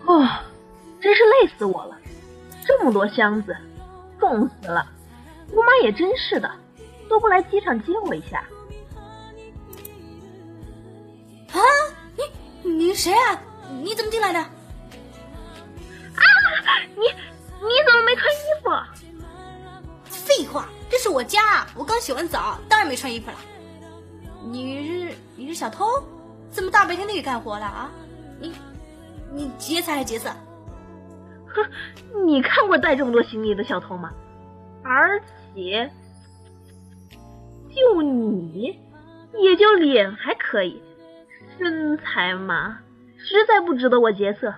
哦，真是累死我了！这么多箱子，重死了！姑妈也真是的，都不来机场接我一下。 啊，你谁啊？你怎么进来的？啊， 你怎么没穿衣服？ 废话，这是我家，我刚洗完澡，当然没穿衣服了。你是小偷？怎么大白天的给干活了啊？你劫财还劫色？ 哼，你看过带这么多行李的小偷吗？而且，就你，也就脸还可以，身材嘛，实在不值得我劫色。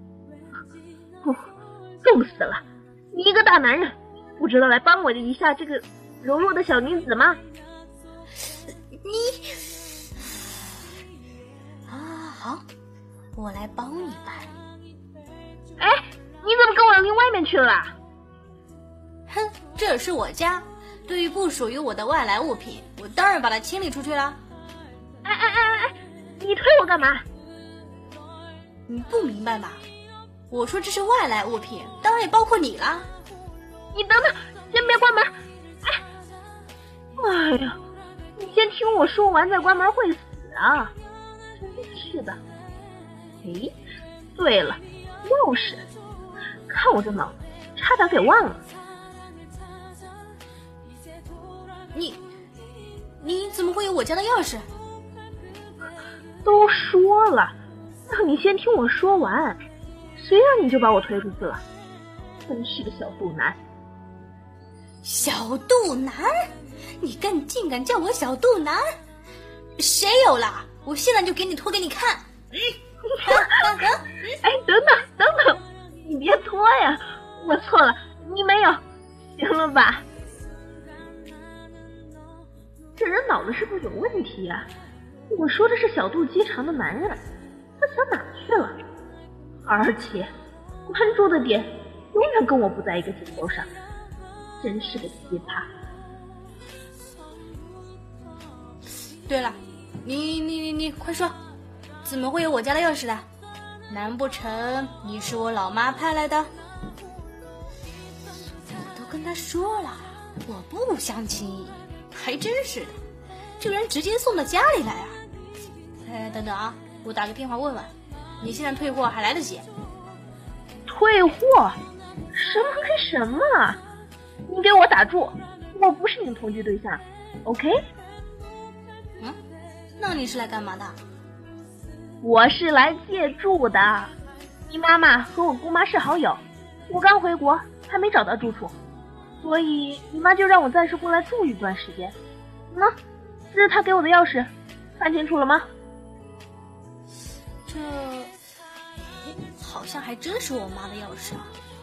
重死了！你一个大男人，不知道来帮我一下这个柔弱的小女子吗？ 好，我来帮你吧。 哎，你怎么跟我拎外面去了？ 哼，这是我家，对于不属于我的外来物品，我当然把它清理出去了。 哎，你推我干嘛？ 你不明白吗？我说这是外来物品，当然也包括你啦。 你等等，先别关门。哎呀，你先听我说完再关门会死啊！真是的。哎，对了，钥匙，看我这脑子，差点给忘了。 你怎么会有我家的钥匙？ 都说了，让你先听我说完，谁让你就把我推出去了？真是个小肚腩！ 小肚腩？你竟敢叫我小肚腩？谁有了？我现在就给你脱给你看！ 哎，等等，你别脱呀！我错了，你没有，行了吧？这人脑子是不是有问题啊？我说的是小肚鸡肠的男人，他想哪去了？而且关注的点永远跟我不在一个节奏上，真是个奇葩。 对了，你快说，怎么会有我家的钥匙的？难不成你是我老妈派来的？我都跟她说了，我不相亲，还真是的，这人直接送到家里来啊！哎，等等啊，我打个电话问问，你现在退货还来得及？ 退货？什么跟什么啊？你给我打住！我不是你的同居对象 ，OK？ 那你是来干嘛的？ 我是来借住的。你妈妈和我姑妈是好友，我刚回国还没找到住处，所以你妈就让我暂时过来住一段时间。这是她给我的钥匙，看清楚了吗？ 这好像还真是我妈的钥匙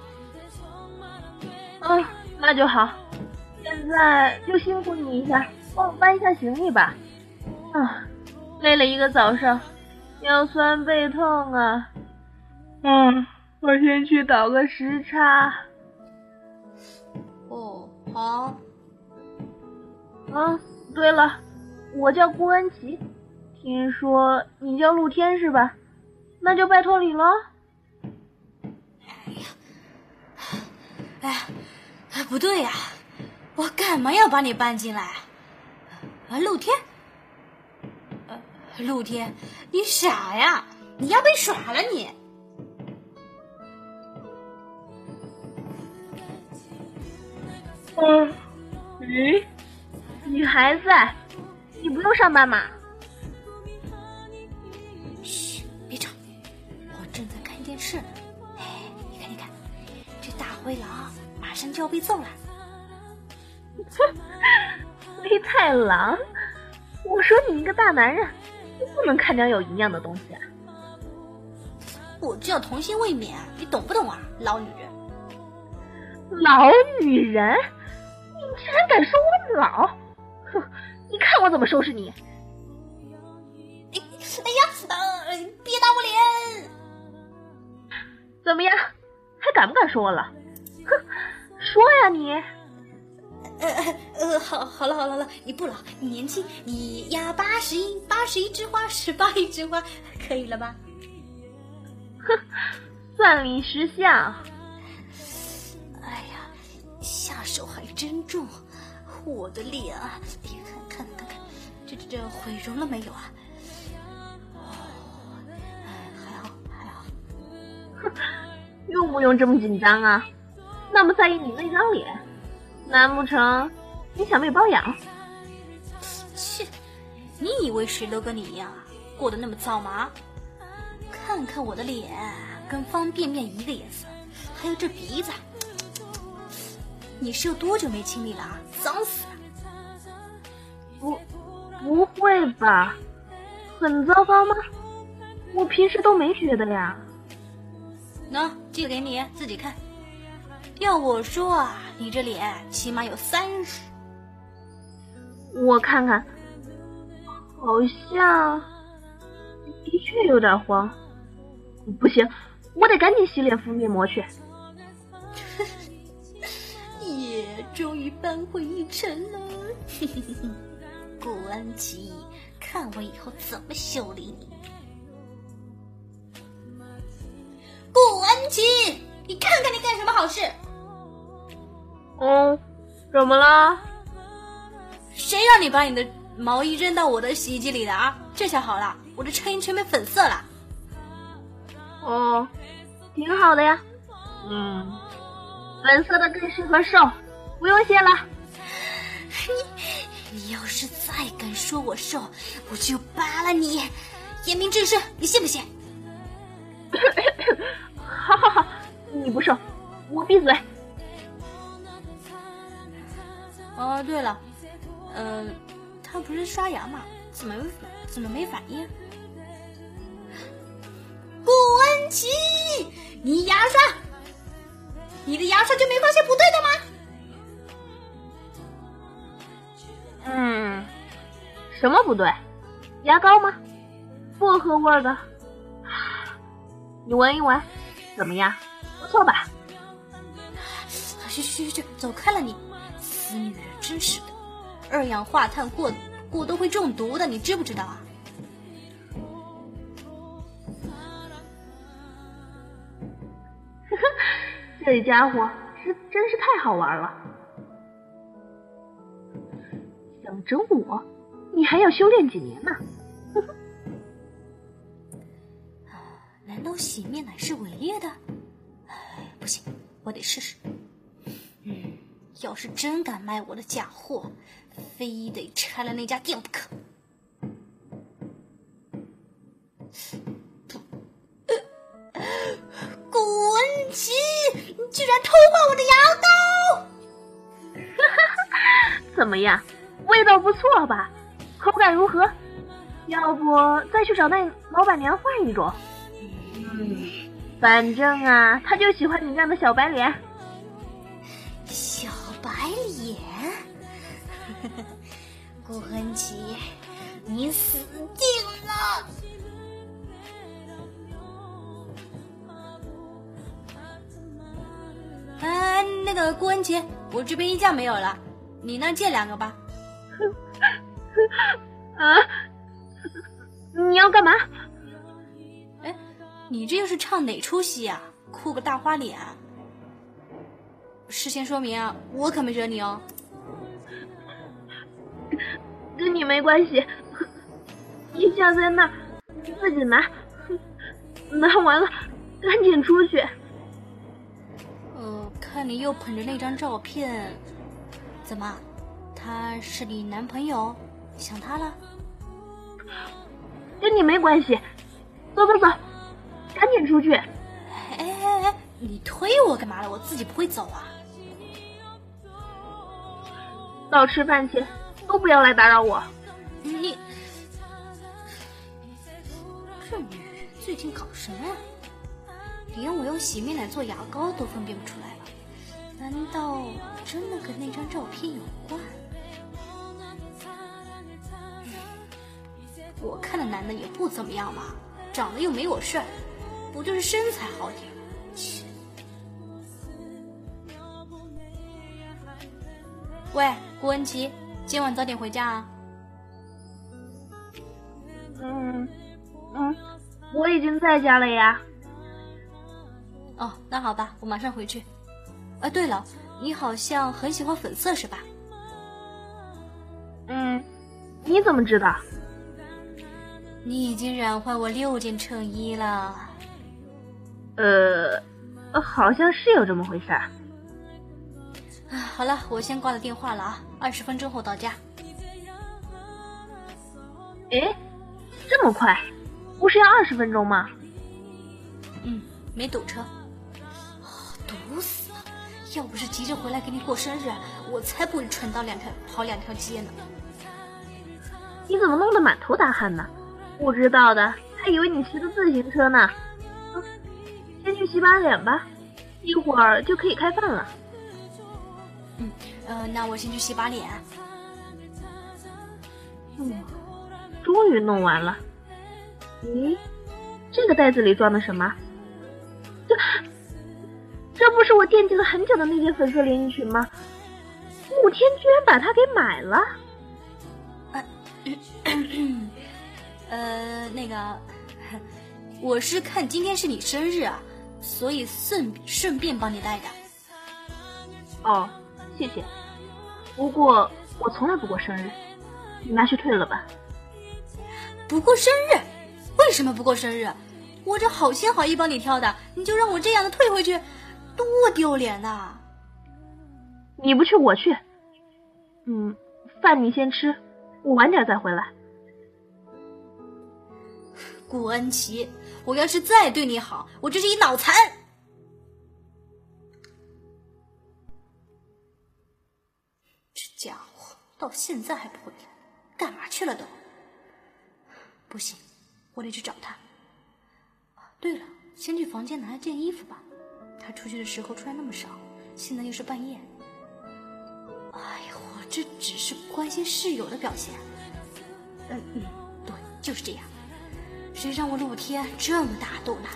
啊。 那就好。现在就辛苦你一下，帮我搬一下行李吧。累了一个早上，腰酸背痛啊。我先去倒个时差。 哦，好。 对了，我叫顾恩琪，听说你叫陆天是吧？那就拜托你了。 哎呀，不对呀，我干嘛要把你搬进来啊？陆天，陆天，你傻呀？你要被耍了你！ 你还在？你不用上班吗？ 嘘，别吵，我正在看电视。哎，你看，这大灰狼马上就要被揍了。 灰太狼，我说你一个大男人，就不能看点有营养的东西啊？ 我这叫童心未泯，你懂不懂啊，老女人？ 老女人？你竟然敢说我老！哼，你看我怎么收拾你！ 哎呀，别打我脸！ 怎么样，还敢不敢说我老？哼，说呀你！ 好了，你不老，你年轻，你呀81枝花，18一枝花，可以了吧？ 哼， 万里石像。 哎呀，下手还真重，我的脸啊，看，这毁容了没有啊？还好。 哼，用不用这么紧张啊？那么在意你那张脸，难不成你想被包养？ 切，你以为谁都跟你一样啊，过得那么糟吗？看看我的脸，跟方便面一个颜色，还有这鼻子，你是有多久没清理了啊？脏死了！ 不会吧？很糟糕吗？我平时都没觉得呀。 喏，寄给你自己看。要我说啊，你这脸起码有30。 我看看，好像的确有点黄。不行，我得赶紧洗脸敷面膜去。 耶，终于扳回一城了。顾安琪，看我以后怎么修理你。顾安琪，你看看你干什么好事？ 怎么了？ 谁让你把你的毛衣扔到我的洗衣机里的啊？这下好了，我的衬衣全被粉色了。 挺好的呀。粉色的更适合瘦，不用谢了。 你要是再敢说我瘦，我就扒了你！严明正视，你信不信？ 好，你不瘦，我闭嘴。 哦，对了，他不是刷牙吗？怎么没反应？顾安琪，你牙刷，你的牙刷就没发现不对的吗？ 什么不对？牙膏吗？薄荷味的。你闻一闻，怎么样？不错吧？ 去，走开了你！死女人，真是的，2氧化碳过多会中毒的，你知不知道啊？ 这家伙真是太好玩了。想整我，你还要修炼几年呢？ 难道洗面奶是伪劣的？不行，我得试试。要是真敢卖我的假货，非得拆了那家店不可。顾文琪，你居然偷换我的牙膏！ 怎么样，味道不错吧？口感如何？要不再去找那老板娘换一种？反正啊，他就喜欢你这样的小白脸。 小白脸？顾文琪，你死定了！那个顾文琪，我这边衣架没有了，你那借2个吧。 你要干嘛？ 你这又是唱哪出戏啊？哭个大花脸！事先说明啊，我可没惹你哦。 跟你没关系，衣架在那儿，自己拿。拿完了，赶紧出去。 看你又捧着那张照片，怎么？他是你男朋友？想他了？ 跟你没关系。走，赶紧出去。 你推我干嘛了？我自己不会走啊。 到吃饭前都不要来打扰我。 你这女人最近搞什么呀？连我用洗面奶做牙膏都分辨不出来了，难道真的跟那张照片有关？我看的男的也不怎么样嘛，长得又没我帅，不就是身材好点？切！喂，顾文琪，今晚早点回家啊。 我已经在家了呀。 哦，那好吧，我马上回去。对了，你好像很喜欢粉色是吧？ 你怎么知道？ 你已经染坏我6件衬衣了。 好像是有这么回事儿。 好了，我先挂了电话了啊，20分钟后到家。 诶，这么快？不是要20分钟吗？ 没堵车。堵死了！要不是急着回来给你过生日，我才不会蠢到跑两条街呢。 你怎么弄得满头大汗呢？不知道的还以为你骑的自行车呢。先去洗把脸吧，一会儿就可以开饭了。 那我先去洗把脸。 终于弄完了。咦，这个袋子里装的什么？这不是我惦记了很久的那件粉色连衣裙吗？慕天居然把它给买了。 那个，我是看今天是你生日啊，所以顺便帮你带的。 哦，谢谢。不过我从来不过生日，你拿去退了吧。 不过生日？为什么不过生日？我这好心好意帮你挑的，你就让我这样的退回去，多丢脸呐！ 你不去我去。饭你先吃，我晚点再回来。 顾恩琪，我要是再对你好，我就是一脑残！这家伙到现在还不回来，干嘛去了都？不行，我得去找他。对了，先去房间拿一件衣服吧。他出去的时候穿那么少，现在又是半夜。哎呦，这只是关心室友的表现。对，就是这样。谁让我露天这么大度呢？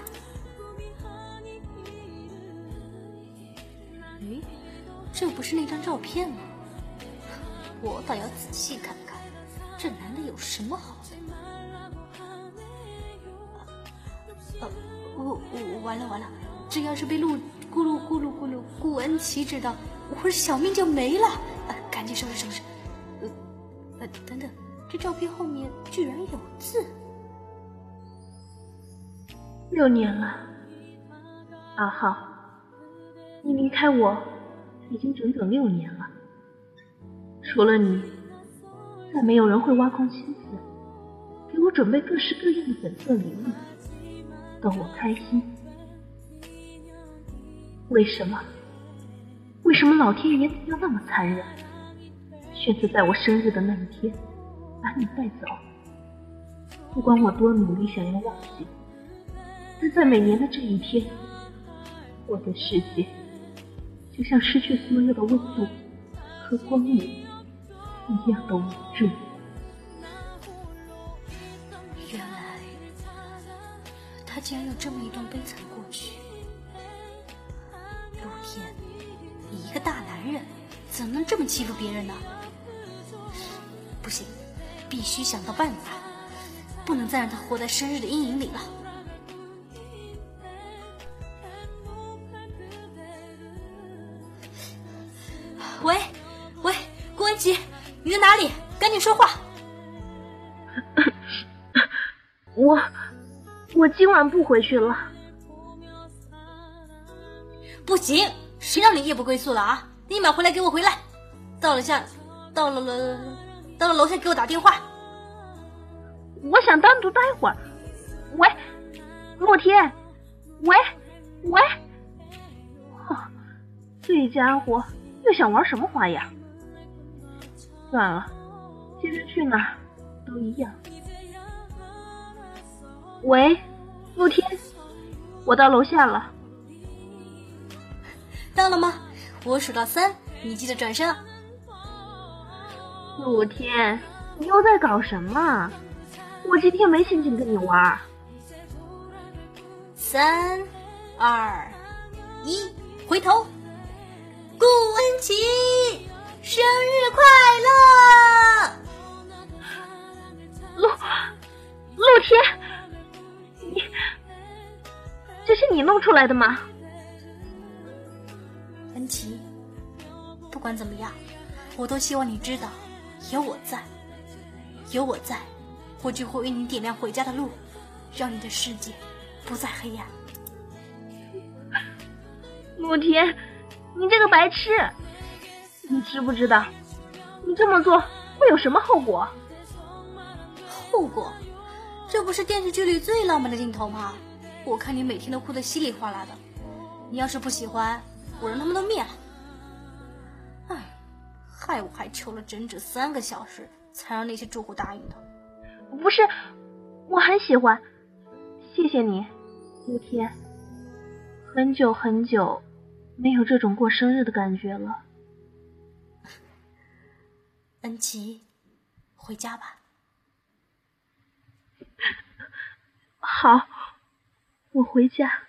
这不是那张照片吗？我倒要仔细看看，这男的有什么好的？完了！这要是被顾恩琪知道，我的小命就没了！赶紧收拾。等等，这照片后面居然有字。 6年了，2号，你离开我已经整整6年了。除了你，再没有人会挖空心思给我准备各式各样的粉色礼物，逗我开心。为什么老天爷要那么残忍，选择在我生日的那一天把你带走？不管我多努力想要忘记，但在每年的这一天，我的世界就像失去所有的温度和光明一样的无助。 原来他竟然有这么一段悲惨过去。陆天，你一个大男人怎么能这么欺负别人呢？不行，必须想到办法，不能再让他活在生日的阴影里了。喂，顾恩琪，你在哪里？赶紧说话。 我今晚不回去了。 不行，谁让你夜不归宿了啊？立马回来，给我回来！到了楼下给我打电话。 我想单独待会儿。喂，洛天，喂，这家伙又想玩什么花样？算了，其实去哪儿都一样。喂，陆天，我到楼下了。 到了吗？我数到3，你记得转身。 陆天，你又在搞什么？我今天没心情跟你玩。 3、2、1，回头。顾恩琪，生日快乐！ 陆天，这是你弄出来的吗？ 恩琪，不管怎么样，我都希望你知道，有我在，有我在，我就会为你点亮回家的路，让你的世界不再黑暗。 陆田，你这个白痴，你知不知道，你这么做会有什么后果？ 后果？这不是电视剧里最浪漫的镜头吗？我看你每天都哭得稀里哗啦的，你要是不喜欢，我让他们都灭了。唉，害我还求了整整3个小时，才让那些住户答应的。 不是，我很喜欢，谢谢你，陆天。很久很久没有这种过生日的感觉了。 恩琪，回家吧。 好，我回家。